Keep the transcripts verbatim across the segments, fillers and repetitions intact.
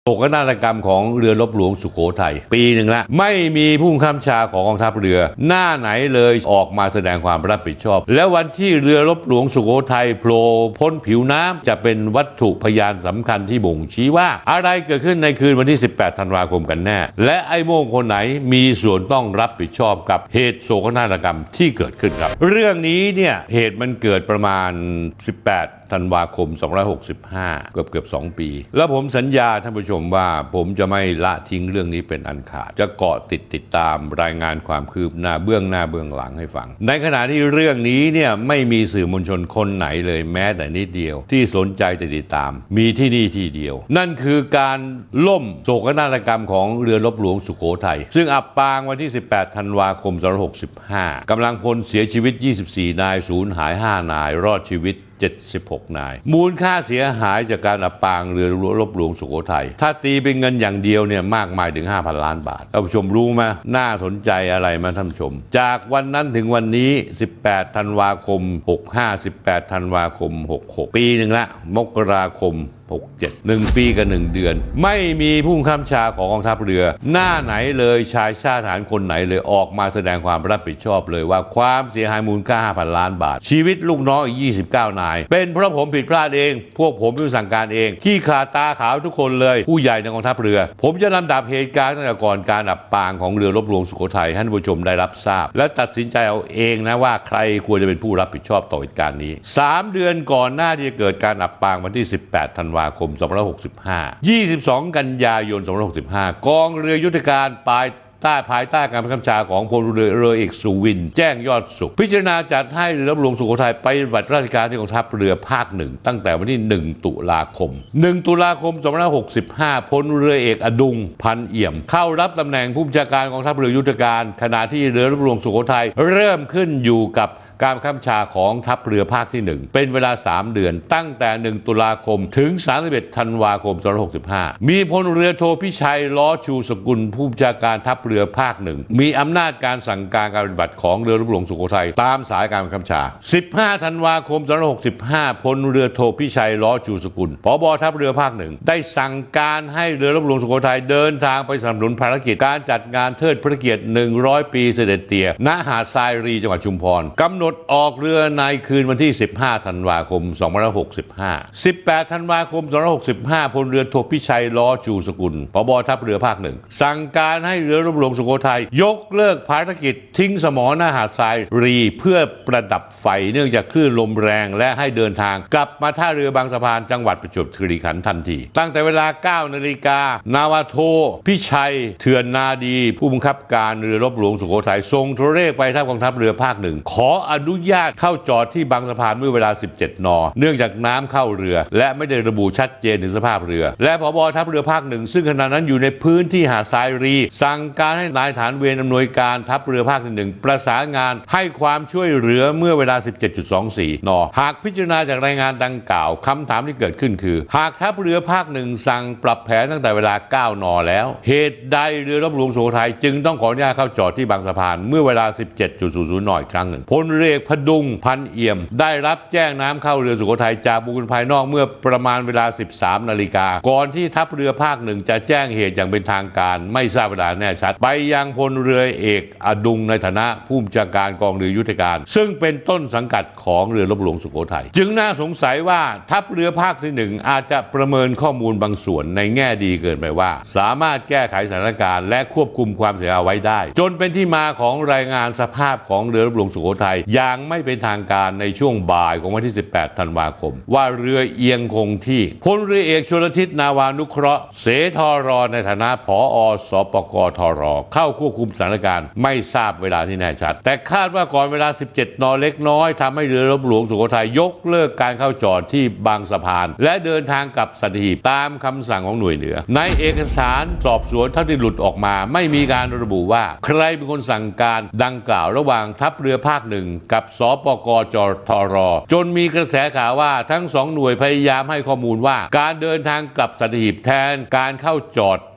โศกนาฏกรรมของเรือรบหลวงสุโขทัยปีหนึ่งละไม่มีผู้บังคับบัญชาของกองทัพเรือหน้าไหนเลยออกมาแสดงความรับผิดชอบแล้ววันที่เรือรบหลวงสุโขทัยโผล่พ้นผิวน้ำจะเป็นวัตถุพยานสำคัญที่บ่งชี้ว่าอะไรเกิดขึ้นในคืนวันที่สิบแปดธันวาคมกันแน่และไอ้โม่งคนไหนมีส่วนต้องรับผิดชอบกับเหตุโศกนาฏกรรมที่เกิดขึ้นครับเรื่องนี้เนี่ยเหตุมันเกิดประมาณสิบแปดธันวาคมสองพันห้าร้อยหกสิบห้าเกือบเกือบสองปีแล้วผมสัญญาท่านผู้ชมว่าผมจะไม่ละทิ้งเรื่องนี้เป็นอันขาดจะเกาะติดติดตามรายงานความคืบหน้าเบื้องหน้าเบื้องหลังให้ฟังในขณะที่เรื่องนี้เนี่ยไม่มีสื่อมวลชนคนไหนเลยแม้แต่นิดเดียวที่สนใจจะติดตามมีที่นี่ที่เดียวนั่นคือการล่มโศกนาฏกรรมของเรือรบหลวงสุโขทัยซึ่งอับปางวันที่สิบแปดธันวาคมสองพันห้าร้อยหกสิบห้ากำลังพลเสียชีวิตยี่สิบสี่นายสูญหายห้านายรอดชีวิตเจ็ดสิบหกนายมูลค่าเสียหายจากการอับปางเรือรบหลวงสุโขทัยถ้าตีเป็นเงินอย่างเดียวเนี่ยมากมายถึง ห้าพัน ล้านบาทท่านผู้ชมรู้ไหมน่าสนใจอะไรมาท่านผู้ชมจากวันนั้นถึงวันนี้สิบแปดธันวาคมหกห้า สิบแปดธันวาคมหกหกปีหนึ่งละมกราคมหกเจ็ด หนึ่งปีกับหนึ่งเดือนไม่มีผู้บังคับบัญชาของกองทัพเรือหน้าไหนเลยชายชาติทหารคนไหนเลยออกมาแสดงความรับผิดชอบเลยว่าความเสียหายมูลค่า ห้าพัน ล้านบาทชีวิตลูกน้องอีกยี่สิบเก้านายเป็นเพราะผมผิดพลาดเองพวกผมเป็นสั่งการเองขี้ขาดตาขาวทุกคนเลยผู้ใหญ่ในกองทัพเรือผมจะลำดับเหตุการณ์ตั้งแต่ก่อนการอับปางของเรือรบหลวงสุโขทัยให้ท่านผู้ชมได้รับทราบและตัดสินใจเอาเองนะว่าใครควรจะเป็นผู้รับผิดชอบต่อเหตุการณ์นี้สามเดือนก่อนหน้าที่จะเกิดการอับปางวันที่สิบแปดธันวาคมสองพันห้าร้อยหกสิบห้า ยี่สิบสองกันยายนสองพันห้าร้อยหกสิบห้ากองเรือยุทธการปลายใต้ภายใต้การบังคับบัญชาของพลเรือเรือเอกสุวินแจ้งยอดสุขพิจารณาจัดให้เรือรบหลวงสุโขทัยไปปฏิบัติราชการที่กองทัพเรือภาคหนึ่งตั้งแต่วันที่หนึ่งตุลาคมหนึ่งตุลาคมสองพันห้าร้อยหกสิบห้าพลเรือเอกอดุงพันเอี่ยมเข้ารับตำแหน่งผู้บัญชาการกองทัพเรือยุทธการขณะที่เรือรบหลวงสุโขทัยเริ่มขึ้นอยู่กับการบังคับบัญชาของทัพเรือภาคที่หนึ่งเป็นเวลาสามเดือนตั้งแต่หนึ่งตุลาคมถึงสามสิบเอ็ดธันวาคมสองพันห้าร้อยหกสิบห้ามีพลเรือโทพิชัยล้อชูสกุลผู้บัญชาการทัพเรือภาคหนึ่งมีอำนาจการสั่งการการปฏิบัติของเรือรบหลวงสุโขทัยตามสายการบังคับบัญชาสิบห้าธันวาคมสองพันห้าร้อยหกสิบห้าพลเรือโทพิชัยล้อชูสกุลผบ.ทัพเรือภาคหนึ่งได้สั่งการให้เรือรบหลวงสุโขทัยเดินทางไปสนับสนุนภารกิจการจัดงานเทิดพระเกียรติหนึ่งร้อยปีเสด็จเตี่ยณหาดทรายรีจังหวัดชุมพรกำหนดออกเรือในคืนวันที่สิบห้าธันวาคมสองพันห้าร้อยหกสิบห้า สิบแปดธันวาคมสองพันห้าร้อยหกสิบห้าพลเรือโทพิชัยล้อชูสกุลผบ.ทัพเรือภาคหนึ่งสั่งการให้เรือรบหลวงสุโขทัยยกเลิกภารกิจทิ้งสมอหน้าหาดทรายรีเพื่อประดับไฟเนื่องจากคลื่นลมแรงและให้เดินทางกลับมาท่าเรือบางสะพานจังหวัดประจวบคีรีขันธ์ทันทีตั้งแต่เวลา เก้านาฬิกานาวาโทพิชัยเถื่อนนาดีผู้บังคับการเรือรบหลวงสุโขทัยส่งโทรเลขไปทัพกองทัพเรือภาคหนึ่งขออนุญาตเข้าจอดที่บางสะพานเมื่อเวลา สิบเจ็ด น.เนื่องจากน้ำเข้าเรือและไม่ได้ระบุชัดเจนถึงสภาพเรือและผบ.ทัพเรือภาคหนึ่งซึ่งขณะนั้นอยู่ในพื้นที่หาดทรายรีสั่งการให้นายฐานเวรอำนวยการทัพเรือภาคที่หนึ่งประสานงานให้ความช่วยเหลือเมื่อเวลา สิบเจ็ดสองสี่ น.หากพิจารณาจากรายงานดังกล่าวคำถามที่เกิดขึ้นคือหากทัพเรือภาคหนึ่งสั่งปรับแผนตั้งแต่เวลา เก้า น.แล้วเหตุใดเรือรบหลวงสุโขทัยจึงต้องขออนุญาตเข้าจอดที่บางสะพานเมื่อเวลา สิบเจ็ด น.อีกครั้งหนึ่งพลเรือพดุงพันเอี่ยมได้รับแจ้งน้ำเข้าเรือสุโขทัยจากบุคคลภายนอกเมื่อประมาณเวลา สิบสาม นาฬิกาก่อนที่ทัพเรือภาคหนึ่งจะแจ้งเหตุอย่างเป็นทางการไม่ทราบเวลาแน่ชัดไปยังพลเรือเอกอดุงในฐานะผู้บัญชาการกองเรือยุทธการซึ่งเป็นต้นสังกัดของเรือรบหลวงสุโขทัยจึงน่าสงสัยว่าทัพเรือภาคที่หนึ่งอาจจะประเมินข้อมูลบางส่วนในแง่ดีเกินไปว่าสามารถแก้ไขสถานการณ์และควบคุมความเสียหายไว้ได้จนเป็นที่มาของรายงานสภาพของเรือรบหลวงสุโขทัยอย่างไม่เป็นทางการในช่วงบ่ายของวันที่สิบแปดธันวาคมว่าเรือเอียงคงที่พลเรือเอกชลทิศนาวานุเคราะห์เสทรในฐานะผอ.สปกทรเข้าควบคุมสถานการณ์ไม่ทราบเวลาที่แน่ชัดแต่คาดว่าก่อนเวลา สิบเจ็ด น.เล็กน้อยทำให้เรือรบหลวงสุโขทัยยกเลิกการเข้าจอดที่บางสะพานและเดินทางกลับสัตหีบตามคำสั่งของหน่วยเหนือในเอกสารสอบสวนเท่าที่หลุดออกมาไม่มีการระบุว่าใครเป็นคนสั่งการดังกล่าวระหว่างทัพเรือภาคหนึ่งกับสปกจทรจนมีกระแสข่าวว่าทั้งสองหน่วยพยายามให้ข้อมูลว่าการเดินทางกลับสัตหีบแทนการเข้าจอด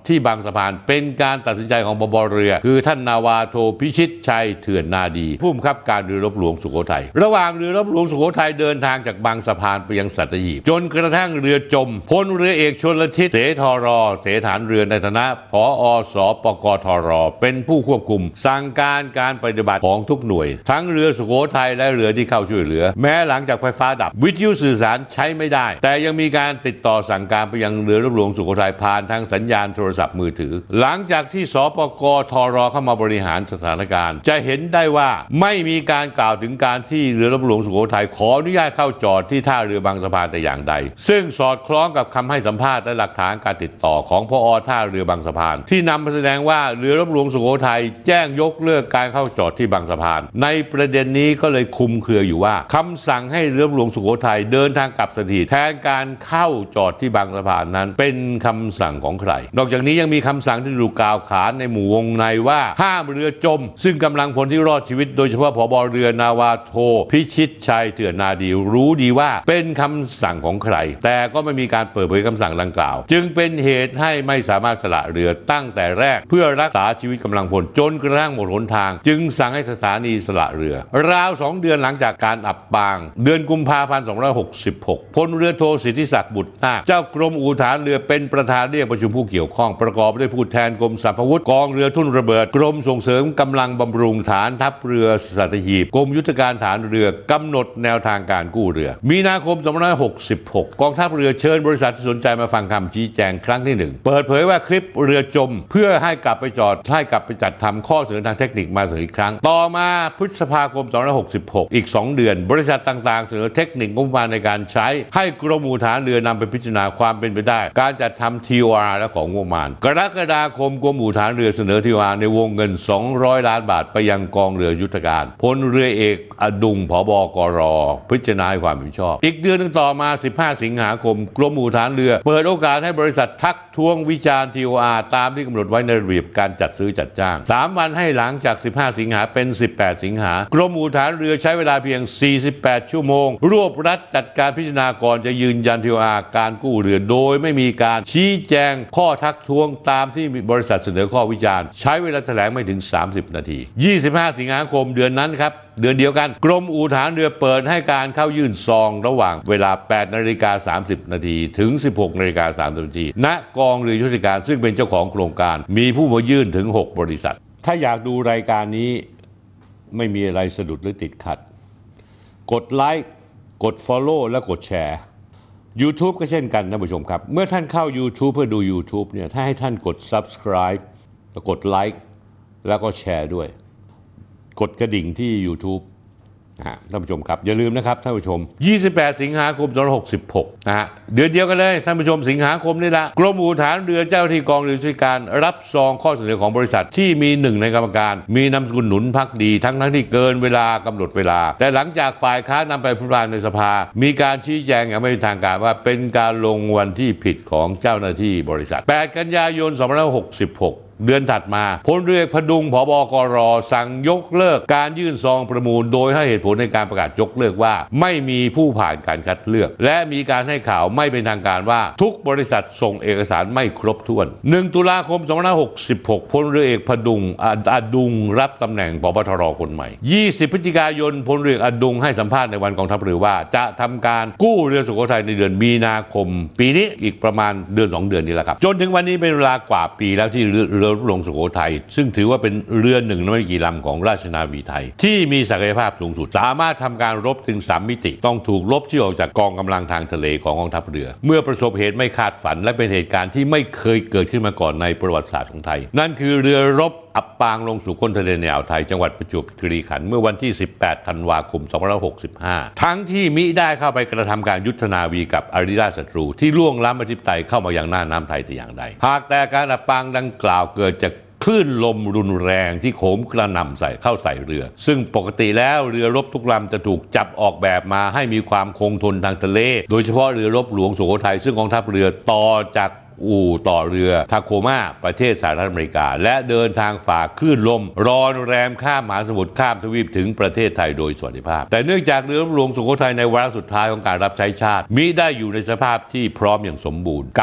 ที่บางสะพานเป็นการตัดสินใจของบก.เรือคือท่านนาวาโทพิชิตชัยเถื่อนนาดีผู้บังคับการเรือรบหลวงสุโขทัยระหว่างเรือรบหลวงสุโขทัยเดินทางจากบางสะพานไปยังสัตหีบจนกระทั่งเรือจมพลเรือเอกชลทิศเสทรเสฐานเรือในฐานะผอ.สปกทรเป็นผู้ควบคุมสั่งการการปฏิบัติของทุกหน่วยทั้งเรือสุโขทัยและเรือที่เข้าช่วยเหลือแม้หลังจากไฟฟ้าดับวิทยุสื่อสารใช้ไม่ได้แต่ยังมีการติดต่อสั่งการไปยังเรือรบหลวงสุโขทัยผ่านทางสัญญาณโทรศัพท์มือถือหลังจากที่สปกทรเข้ามาบริหารสถานการณ์จะเห็นได้ว่าไม่มีการกล่าวถึงการที่เรือรบหลวงสุโขทัยขออนุญาตเข้าจอดที่ท่าเรือบางสะพานแต่อย่างใดซึ่งสอดคล้องกับคำให้สัมภาษณ์และหลักฐานการติดต่อของผอ.ท่าเรือบางสะพานที่นำมาแสดงว่าเรือรบหลวงสุโขทัยแจ้งยกเลิกการเข้าจอดที่บางสะพานในประเด็นนี้ก็เลยคลุมเครืออยู่ว่าคำสั่งให้เรือรบหลวงสุโขทัยเดินทางกลับสัตหีบแทนการเข้าจอดที่บางสะพานนั้นเป็นคำสั่งของใครนอกจากนี้ยังมีคำสั่งที่ถูกกล่าวขานในหมู่วงในว่าห้ามเรือจมซึ่งกำลังพลที่รอดชีวิตโดยเฉพาะผบ.เรือนาวาโทพิชิตชัยเถื่อนนาดีรู้ดีว่าเป็นคำสั่งของใครแต่ก็ไม่มีการเปิดเผยคำสั่งดังกล่าวจึงเป็นเหตุให้ไม่สามารถสละเรือตั้งแต่แรกเพื่อรักษาชีวิตกำลังพลจนกระทั่งหมดหนทางจึงสั่งให้สถานีสละเรือราวสองเดือนหลังจากการอับปางเดือนกุมภาพันธ์สองพันห้าร้อยหกสิบหกพลเรือโทสิทธิศักดิ์บุตรนาคเจ้ากรมอู่ฐานเรือเป็นประธานเรียกประชุมผู้เกี่ยวข้องประกอบด้วยผู้แทนกรมสรรพาวุธกองเรือทุ่นระเบิดกรมส่งเสริมกำลังบำรุงฐานทัพเรือสัตหีบกรมยุทธการฐานเรือกำหนดแนวทางการกู้เรือมีนาคมสองพันห้าร้อยหกสิบหกกองทัพเรือเชิญบริษัทที่สนใจมาฟังคำชี้แจงครั้งที่หนึ่งเปิดเผยว่าคลิปเรือจมเพื่อให้กลับไปจอดให้กลับไปจัดทำข้อเสนอทางเทคนิคมาเสนออีกครั้งต่อมาพฤษภาคมสองพันห้าร้อยหกสิบหกอีกสองเดือนบริษัทต่างๆเสนอเทคนิคงบประมาณในการใช้ให้กรมอู่ฐานเรือนำไปพิจารณาความเป็นไปได้การจัดทำ ที โอ อาร์ และของงบประมาณกรกฎาคมกรมอู่ฐานเรือเสนอ ที โอ อาร์ ในวงเงินสองร้อยล้านบาทไปยังกองเรือยุทธการพลเรือเอกอดุงผบ.กร.พิจารณาให้ความเห็นชอบอีกเดือนนึงต่อมาสิบห้าสิงหาคมกรมอู่ฐานเรือเปิดโอกาสให้บริษัททักท้วงวิจารณ์ ที โอ อาร์ ตามที่กำหนดไว้ในระเบียบการจัดซื้อจัดจ้างสามวันให้หลังจากสิบห้าสิงหาเป็นสิบแปดสิงหากรมอู่ฐานเรือใช้เวลาเพียงสี่สิบแปดชั่วโมงรวบรัดจัดการพิจารณาก่อนจะยืนยัน ที โอ อาร์ การกู้เรือโดยไม่มีการชี้แจงข้อทักท้วงตามที่บริษัทเสนอข้อวิจารณ์ใช้เวลาแถลงไม่ถึงสามสิบนาทียี่สิบห้าสิงหาคมเดือนนั้นครับเดือนเดียวกันกรมอู่ฐานเรือเปิดให้การเข้ายื่นซองระหว่างเวลาแปดนาฬิกาสามสิบนาทีถึงสิบหกนาฬิกาสามสิบนาทีณกองเรือยุทธการซึ่งเป็นเจ้าของโครงการมีผู้มายื่นถึงหกบริษัทถ้าอยากดูรายการนี้ไม่มีอะไรสะดุดหรือติดขัดกดไลค์กด Follow และกดแชร์ YouTube ก็เช่นกันท่านผู้ชมครับเมื่อท่านเข้า YouTube เพื่อดู YouTube เนี่ยถ้าให้ท่านกด Subscribe แล้วกดไลค์แล้วก็แชร์ด้วยกดกระดิ่งที่ YouTube นะฮะท่านผู้ชมครับอย่าลืมนะครับท่านผู้ชมยี่สิบแปดสิงหาคมสองพันห้าร้อยหกสิบหกนะฮะเดือนเดียวกันเลยท่านผู้ชมสิงหาคมนี่ละกรมอู่ฐานเรือเจ้าที่กองเรือยุทธการรับซองข้อเสนอของบริษัทที่มีหนึ่งในกรรมการมีนามสกุลหนุนพักดีทั้งทั้งที่เกินเวลากำหนดเวลาแต่หลังจากฝ่ายค้านนำไปพิพากษาในสภามีการชี้แจงอย่างไม่เป็นทางการว่าเป็นการลงวันที่ผิดของเจ้าหน้าที่บริษัทแปดกันยายนสองพันห้าร้อยหกสิบหกเดือนถัดมาพลเรือพดุงผบ.กร.สั่งยกเลิกการยื่นซองประมูลโดยให้เหตุผลในการประกาศยกเลิกว่าไม่มีผู้ผ่านการคัดเลือกและมีการให้ข่าวไม่เป็นทางการว่าทุกบริษัทส่งเอกสารไม่ครบถ้วนหนึ่งตุลาคมสองพันห้าร้อยหกสิบหกพลเรือเอกพดุงอดุงรับตำแหน่งผบ.ทร.คนใหม่ยี่สิบพฤศจิกายนพลเรืออดุงให้สัมภาษณ์ในวันกองทัพเรือว่าจะทำการกู้เรือสุโขทัยในเดือนมีนาคมปีนี้อีกประมาณเดือนสองเดือนนี้แหละครับจนถึงวันนี้เป็นเวลากว่าปีแล้วที่เรือหลวงสุโขทัยซึ่งถือว่าเป็นเรือหนึ่งในไม่กี่ลำของราชนาวีไทยที่มีศักยภาพสูงสุดสามารถทำการรบถึงสามมิติต้องถูกลบที่ออกจากกองกำลังทางทะเลของกองทัพเรือเมื่อประสบเหตุไม่คาดฝันและเป็นเหตุการณ์ที่ไม่เคยเกิดขึ้นมาก่อนในประวัติศาสตร์ของไทยนั่นคือเรือรบอับปางลงสู่ก้นทะเลในอ่าวไทยจังหวัดประจวบคีรีขันธ์เมื่อวันที่สิบแปดธันวาคมสองพันห้าร้อยหกสิบห้าทั้งที่มิได้เข้าไปกระทำการยุทธนาวีกับอริราชศัตรูที่ล่วงล้ำอธิปไตยเข้ามายังหน้าน้ำไทยแต่อย่างใดหากแต่การอับปางดังกล่าวเกิดจากคลื่นลมรุนแรงที่โขมกระหน่ำใส่เข้าใส่เรือซึ่งปกติแล้วเรือรบทุกลำจะถูกจับออกแบบมาให้มีความคงทนทางทะเลโดยเฉพาะเรือรบหลวงสุโขทัยซึ่งกองทัพเรือต่อจากอู่ต่อเรือทาโคมาประเทศสหรัฐอเมริกาและเดินทางฝ่าคลื่นลมรอนแรมข้ามมหาสมุทรข้ามทวีปถึงประเทศไทยโดยสวัสดิภาพแต่เนื่องจากเรือรบหลวงสุโขทัยในวาระสุดท้ายของการรับใช้ชาติมิได้อยู่ในสภาพที่พร้อมอย่างสมบูรณ์กับ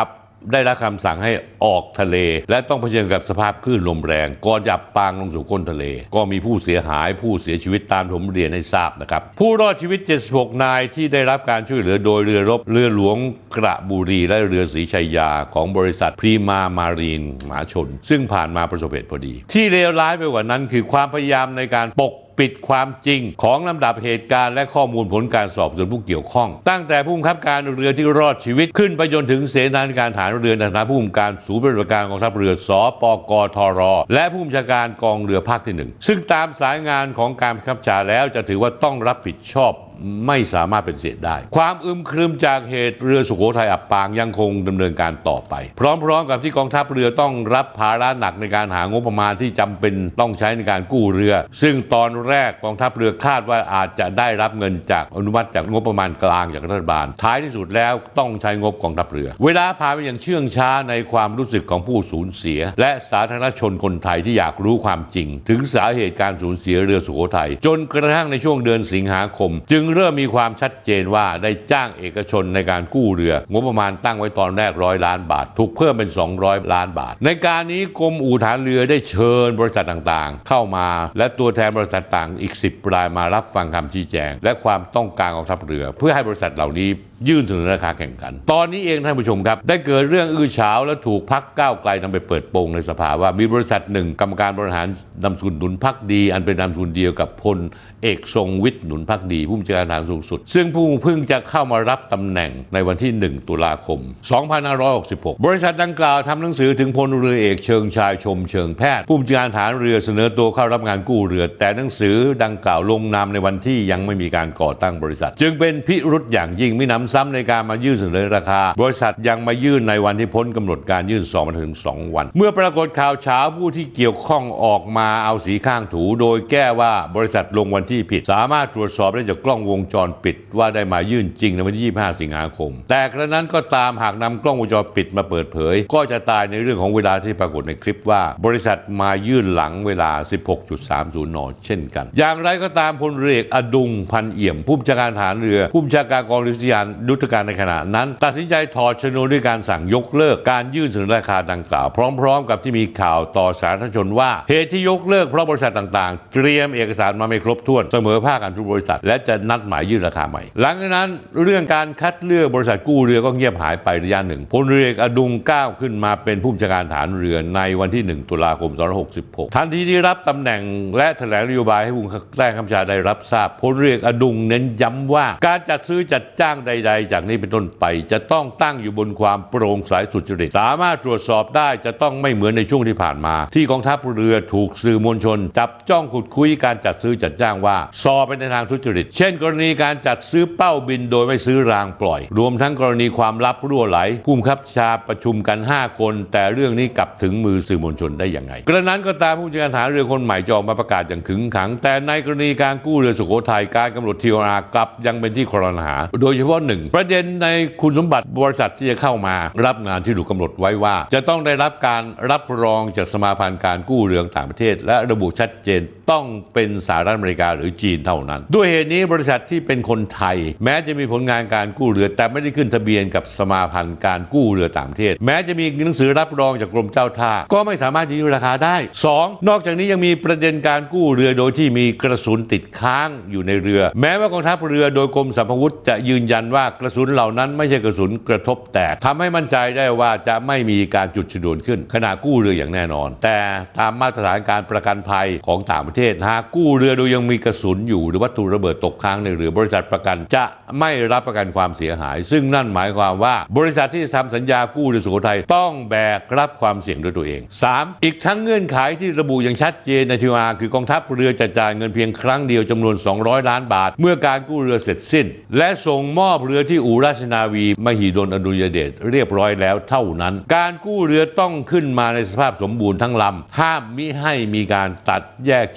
ได้รับคำสั่งให้ออกทะเลและต้องเผชิญกับสภาพคลื่นลมแรงก่อนจะอับปางลงสู่ก้นทะเลก็มีผู้เสียหายผู้เสียชีวิตตามที่ผมเรียนให้ทราบนะครับผู้รอดชีวิตเจ็ดสิบหกนายที่ได้รับการช่วยเหลือโดยเรือรบเรือหลวงกระบุรีและเรือศรีชัยยาของบริษัทพรีมามารีนมหาชนซึ่งผ่านมาประสบเหตุพอดีที่เลวร้ายไปกว่านั้นคือความพยายามในการปกปิดความจริงของลำดับเหตุการณ์และข้อมูลผลการสอบสวนผู้เกี่ยวข้องตั้งแต่ผู้บังคับการเรือที่รอดชีวิตขึ้นไปจนถึงเสนาธิการทหารเรือในฐานะผู้บัญชาการศูนย์ปฏิบัติการกองทัพเรือสปกทรและผู้บัญชาการกองเรือภาคที่หนึ่งซึ่งตามสายงานของการบังคับบัญชาแล้วจะถือว่าต้องรับผิดชอบไม่สามารถเป็นเศษได้ความอึมครึมจากเหตุเรือสุโขทัยอับปางยังคงดำเนินการต่อไปพร้อมๆกับที่กองทัพเรือต้องรับภาระหนักในการหางบประมาณที่จำเป็นต้องใช้ในการกู้เรือซึ่งตอนแรกกองทัพเรือคาดว่าอาจจะได้รับเงินจากอนุมัติจากงบประมาณกลางจากรัฐบาลท้ายที่สุดแล้วต้องใช้งบกองทัพเรือเวลาผ่านไปอย่างเชื่องช้าในความรู้สึกของผู้สูญเสียและสาธารณชนคนไทยที่อยากรู้ความจริงถึงสาเหตุการสูญเสียเรือสุโขทัยจนกระทั่งในช่วงเดือนสิงหาคมจึงเริ่มมีความชัดเจนว่าได้จ้างเอกชนในการกู้เรืองบประมาณตั้งไว้ตอนแรกร้อยล้านบาทถูกเพิ่มเป็นสองร้อยล้านบาทในการนี้กรมอู่ฐานเรือได้เชิญบริษัทต่างๆเข้ามาและตัวแทนบริษัทต่างอีกสิบรายมารับฟังคำชี้แจงและความต้องการของทัพเรือเพื่อให้บริษัทเหล่านี้ยื่นเสนอราคาแข่งขันตอนนี้เองท่านผู้ชมครับได้เกิดเรื่องอื้อฉาวและถูกพรรคก้าวไกลนำไปเปิดโปงในสภาว่ามีบริษัทหนึ่งกรรมการบริหารนำสกุลหนุนพักดีอันเป็นนามสกุลเดียวกับพลเอกทรงวิทย์หนุนพักดีผู้บัญชาการทหารสูงสุดซึ่งผู้เพิ่งจะเข้ามารับตำแหน่งในวันที่หนึ่งตุลาคมสองพันห้าร้อยหกสิบหกบริษัทดังกล่าวทำหนังสือถึงพลเรือเอกเชิงชายชมเชิงแพทย์ผู้บัญชาการทหารเรือเสนอตัวเข้ารับงานกู้เรือแต่หนังสือดังกล่าวลงนามในวันที่ยังไม่มีการก่อตั้งบริษัทจึงเป็นพิรุธอย่างยิ่งไม่นำซ้ำในการมายื่นเสนอราคาบริษัทยังมายื่นในวันที่พ้นกำหนดการยื่นสองมาถึงสองวันเมื่อปรากฏข่าวเช้าผู้ที่เกี่ยวข้องออกมาเอาสีข้างถูโดยแก้ว่าบริษัทลงวันที่ผิดสามารถตรวจสอบได้จากกล้องวงจรปิดว่าได้มายื่นจริงในวันที่ยี่สิบห้าสิงหาคมแต่กระนั้นก็ตามหากนำกล้องวงจรปิดมาเปิดเผยก็จะตายในเรื่องของเวลาที่ปรากฏในคลิปว่าบริษัทมายื่นหลังเวลา สิบหกนาฬิกาสามสิบ นเช่นกันอย่างไรก็ตามพลเรือเอกอดุงพันเอี่ยมผู้บัญชาการทหารเรือผู้บัญชาการกองเรือยุทธการในขณะนั้นตัดสินใจถอดชนวนด้วยการสั่งยกเลิกการยื่นเสนอราคาดังกล่าวพร้อมๆกับที่มีข่าวต่อสาธารณชนว่าเหตุที่ยกเลิกเพราะบริษัทต่างๆเตรียมเอกสารมาไม่ครบถ้วนเสมอภาคกันทุกบริษัทและจะนัดหมายยื่นราคาใหม่หลังจากนั้นเรื่องการคัดเลือกบริษัทกู้เรือก็เงียบหายไประยะหนึ่งพลเรือเอกอดุงก้าวขึ้นมาเป็นผู้บัญชาการทหารเรือในวันที่หนึ่งตุลาคมสองพันห้าร้อยหกสิบหกทันทีที่รับตำแหน่งและแถลงนโยบายให้ผู้ใต้บังคับบัญชาได้รับทราบพลเรือเอกอดุงเน้นย้ำว่าการจัดซื้อจัดจ้างใดๆจากนี้เป็นต้นไปจะต้องตั้งอยู่บนความโปร่งใสสุจริตสามารถตรวจสอบได้จะต้องไม่เหมือนในช่วงที่ผ่านมาที่กองทัพเรือถูกสื่อมวลชนจับจ้องขุดคุยการจัดซื้อจัดจ้างว่าสอบไปในทางทุจริตเช่นกรณีการจัดซื้อเป้าบินโดยไม่ซื้อรางปล่อยรวมทั้งกรณีความลับรั่วไหลผู้บังคับบัญชาประชุมกันห้าคนแต่เรื่องนี้กลับถึงมือสื่อมวลชนได้ยังไงกระนั้นก็ตามผู้บัญชาการทหารเรือคนใหม่จะออกมาประกาศอย่างขึงขังแต่ในกรณีการกู้เรือสุโขทัยการกำหนด ที โอ อาร์ กลับยังเป็นที่ครหาโดยเฉพาะหนึ่งประเด็นในคุณสมบัติบริษัทที่จะเข้ามารับงานที่ถูกกำหนดไว้ว่าจะต้องได้รับการรับรองจากสมาพันธ์การกู้เรือต่างประเทศและระบุชัดเจนต้องเป็นสหรัฐอเมริกาหรือจีนเท่านั้นด้วยเหตุนี้บริษัทที่เป็นคนไทยแม้จะมีผลงานการกู้เรือแต่ไม่ได้ขึ้นทะเบียนกับสมาพันธ์การกู้เรือต่างประเทศแม้จะมีหนังสือรับรองจากกรมเจ้าท่าก็ไม่สามารถยื่นราคาได้สองนอกจากนี้ยังมีประเด็นการกู้เรือโดยที่มีกระสุนติดค้างอยู่ในเรือแม้ว่ากองทัพเรือโดยกรมสรรพาวุธจะยืนยันว่ากระสุนเหล่านั้นไม่ใช่กระสุนกระทบแตกทำให้มั่นใจได้ว่าจะไม่มีการจุดฉนวนขึ้นขณะกู้เรืออย่างแน่นอนแต่ตามมาตรฐานการประกันภัยของต่างประเทศหากกู้เรือโดยยังมีกระสุนอยู่หรือวัตถุระเบิดตกค้างในเรือบริษัทประกันจะไม่รับประกันความเสียหายซึ่งนั่นหมายความว่าบริษัทที่ทำสัญญากู้เรือสุโขทัยต้องแบกรับความเสี่ยงด้วยตัวเอง สาม อีกทั้งเงื่อนไขที่ระบุอย่างชัดเจนใน ที โอ อาร์ คือกองทัพเรือจะจ่ายเงินเพียงครั้งเดียวจำนวนสองร้อยล้านบาทเมื่อการกู้เรือเสร็จสิ้นและส่งมอบเรือที่อู่ราชนาวีมหิดลอดุลยเดชเรียบร้อยแล้วเท่านั้นการกู้เรือต้องขึ้นมาในสภาพสมบูรณ์ทั้งลำห้ามมิให้มีการตัดแยกชิ้น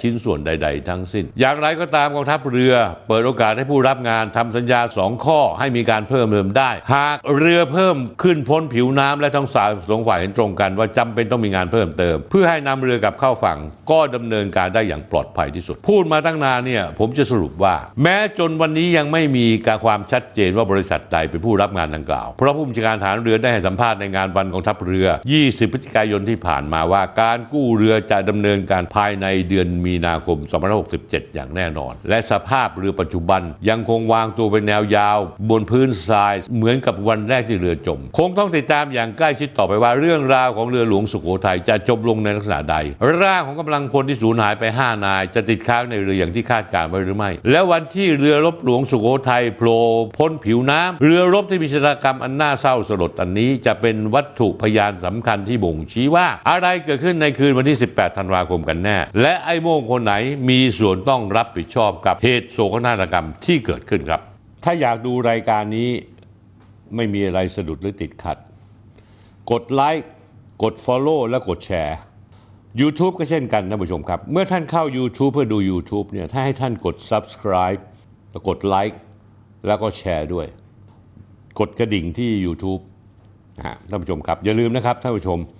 ชิ้นส่วนใดๆทั้งสิ้นอย่างไรก็ตามกองทัพเรือเปิดโอกาสให้ผู้รับงานทำสัญญาสองข้อให้มีการเพิ่มเติมได้หากเรือเพิ่มขึ้นพ้นผิวน้ำและทั้งสองฝ่ายเห็นตรงกันว่าจำเป็นต้องมีงานเพิ่มเติมเพื่อให้นำเรือกลับเข้าฝั่งก็ดำเนินการได้อย่างปลอดภัยที่สุดพูดมาตั้งนานเนี่ยผมจะสรุปว่าแม้จนวันนี้ยังไม่มีการความชัดเจนว่าบริษัทใดเป็นผู้รับงานดังกล่าวเพราะผู้บัญชาการทหารเรือได้ให้สัมภาษณ์ในงานวันกองทัพเรือยี่สิบพฤศจิกายนที่ผ่านมาว่าการกู้เรือจะดำเนินการภายในเดือนมีนาคมสองพันห้าร้อยหกสิบเจ็ดอย่างแน่นอนและสภาพเรือปัจจุบันยังคงวางตัวเป็นแนวยาวบนพื้นทรายเหมือนกับวันแรกที่เรือจมคงต้องติดตามอย่างใกล้ชิดต่อไปว่าเรื่องราวของเรือหลวงสุโขทัยจะจบลงในลักษณะใดร่างของกำลังพลที่สูญหายไปห้านายจะติดค้างในเรืออย่างที่คาดการไว้หรือไม่และวันที่เรือรบหลวงสุโขทัยโผล่พ้นผิวน้ำเรือรบที่มีชะตากรรมอันน่าเศร้าสลดอันนี้จะเป็นวัตถุพยานสำคัญที่บ่งชี้ว่าอะไรเกิดขึ้นในคืนวันที่สิบแปดธันวาคมกันแน่และไอ้โม่งคนไหนมีส่วนต้องรับผิดชอบกับเหตุโศกนาฏกรรมที่เกิดขึ้นครับถ้าอยากดูรายการนี้ไม่มีอะไรสะดุดหรือติดขัดกดไลค์กด Follow และกดแชร์ YouTube ก็เช่นกันท่านผู้ชมครับเมื่อท่านเข้า YouTube เพื่อดู YouTube เนี่ยถ้าให้ท่านกด Subscribe แล้วกดไลค์แล้วก็แชร์ด้วยกดกระดิ่งที่ YouTube นะฮะท่านผู้ชมครับอย่าลืมนะครับท่านผู้ชม